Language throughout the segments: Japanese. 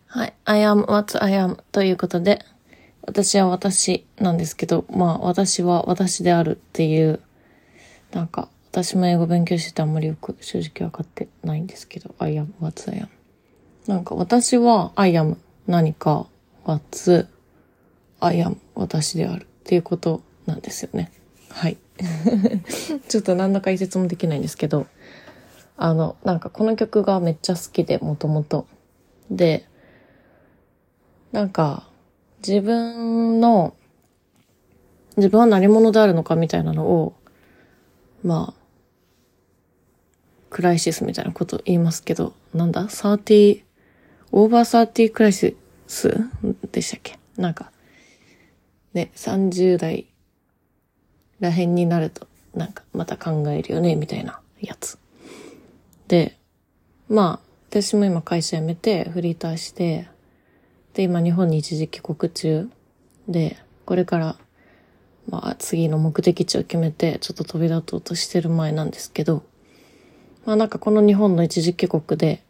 はい。I am what I am ということで、私は私なんですけど、私は私であるっていう、私も英語勉強しててあんまりよく正直分かってないんですけど、I am what I am。私は I am 何か what I am 私であるっていうことなんですよね。はい。ちょっと何の解説もできないんですけど、この曲がめっちゃ好きで、もともと。で、自分は何者であるのかみたいなのを、クライシスみたいなこと言いますけど、オーバー30クライシスでしたっけ30代らへんになると、また考えるよね、みたいなやつ。で、私も今会社辞めて、フリーターして、で、今日本に一時帰国中で、これから、次の目的地を決めて、ちょっと飛び立とうとしてる前なんですけど、この日本の一時帰国で、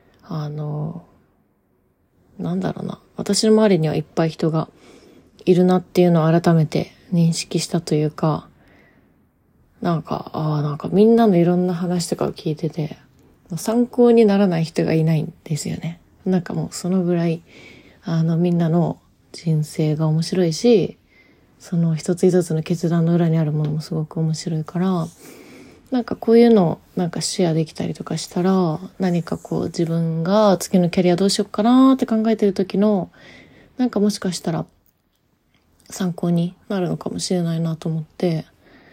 私の周りにはいっぱい人がいるなっていうのを改めて認識したというか、みんなのいろんな話とかを聞いてて、参考にならない人がいないんですよね。もうそのぐらい、みんなの人生が面白いし、その一つ一つの決断の裏にあるものもすごく面白いから、こういうのをシェアできたりとかしたら、自分が次のキャリアどうしようかなって考えてる時の、もしかしたら参考になるのかもしれないなと思って、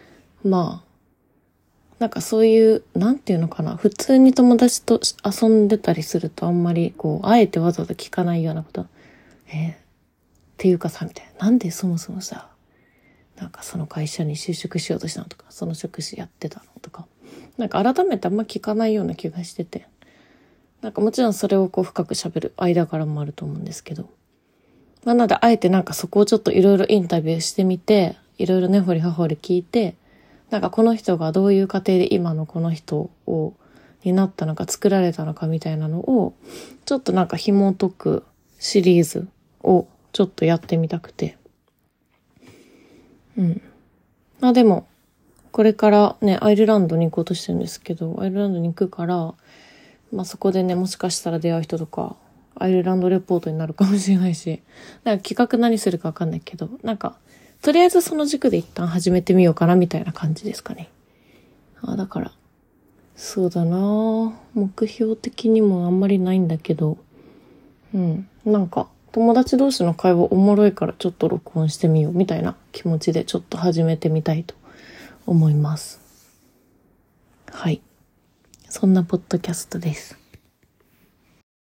そういう、普通に友達と遊んでたりするとあんまりあえてわざわざ聞かないようなこと。っていうかさ、みたいな。なんでそもそもさ、その会社に就職しようとしたのとか、その職種やってたのとか。改めてあんま聞かないような気がしてて。もちろんそれを深く喋る間柄もあると思うんですけど。なので、あえてそこをちょっといろいろインタビューしてみて、いろいろ根掘り葉掘り聞いて、この人がどういう過程で今のこの人になったのか作られたのかみたいなのを、ちょっと紐解くシリーズをちょっとやってみたくて。でも、これからね、アイルランドに行こうとしてるんですけど、アイルランドに行くから、そこでね、もしかしたら出会う人とか、アイルランドレポートになるかもしれないし、企画何するかわかんないけど、とりあえずその軸で一旦始めてみようかなみたいな感じですかね。だから、そうだな目標的にもあんまりないんだけど、友達同士の会話おもろいからちょっと録音してみようみたいな気持ちでちょっと始めてみたいと思います。はい。そんなポッドキャストです。